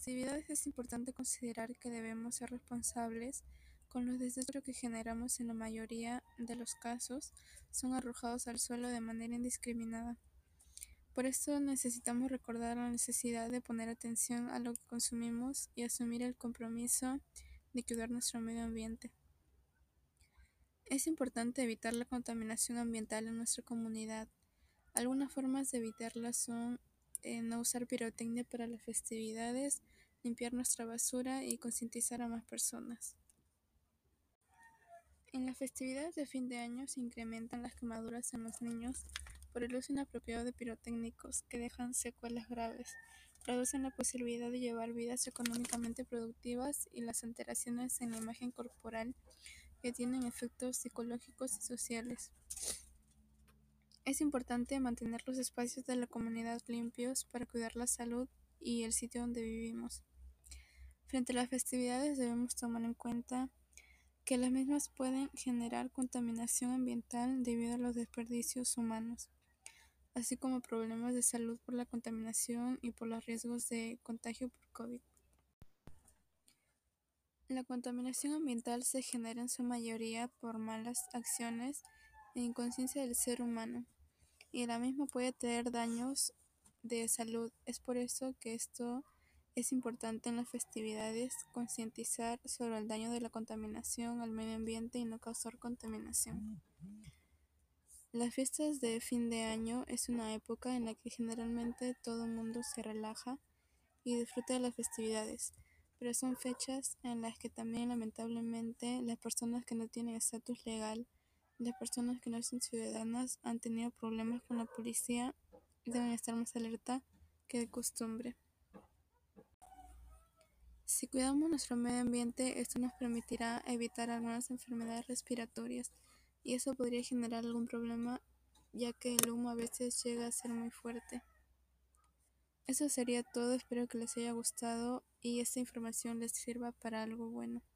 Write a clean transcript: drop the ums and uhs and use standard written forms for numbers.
festividades es importante considerar que debemos ser responsables con los desechos que generamos. En la mayoría de los casos son arrojados al suelo de manera indiscriminada. Por esto necesitamos recordar la necesidad de poner atención a lo que consumimos y asumir el compromiso de cuidar nuestro medio ambiente. Es importante evitar la contaminación ambiental en nuestra comunidad. Algunas formas de evitarla son no usar pirotecnia para las festividades, limpiar nuestra basura y concientizar a más personas. En las festividades de fin de año se incrementan las quemaduras en los niños por el uso inapropiado de pirotécnicos que dejan secuelas graves, reducen la posibilidad de llevar vidas económicamente productivas y las alteraciones en la imagen corporal que tienen efectos psicológicos y sociales. Es importante mantener los espacios de la comunidad limpios para cuidar la salud y el sitio donde vivimos. Frente a las festividades debemos tomar en cuenta que las mismas pueden generar contaminación ambiental debido a los desperdicios humanos, así como problemas de salud por la contaminación y por los riesgos de contagio por COVID. La contaminación ambiental se genera en su mayoría por malas acciones e inconsciencia del ser humano, y la misma puede tener daños de salud. Es por eso que esto es importante en las festividades, concientizar sobre el daño de la contaminación al medio ambiente y no causar contaminación. Las fiestas de fin de año es una época en la que generalmente todo el mundo se relaja y disfruta de las festividades, pero son fechas en las que también lamentablemente las personas que no tienen estatus legal, las personas que no son ciudadanas, han tenido problemas con la policía y deben estar más alerta que de costumbre. Si cuidamos nuestro medio ambiente, esto nos permitirá evitar algunas enfermedades respiratorias, y eso podría generar algún problema, ya que el humo a veces llega a ser muy fuerte. Eso sería todo, espero que les haya gustado y esta información les sirva para algo bueno.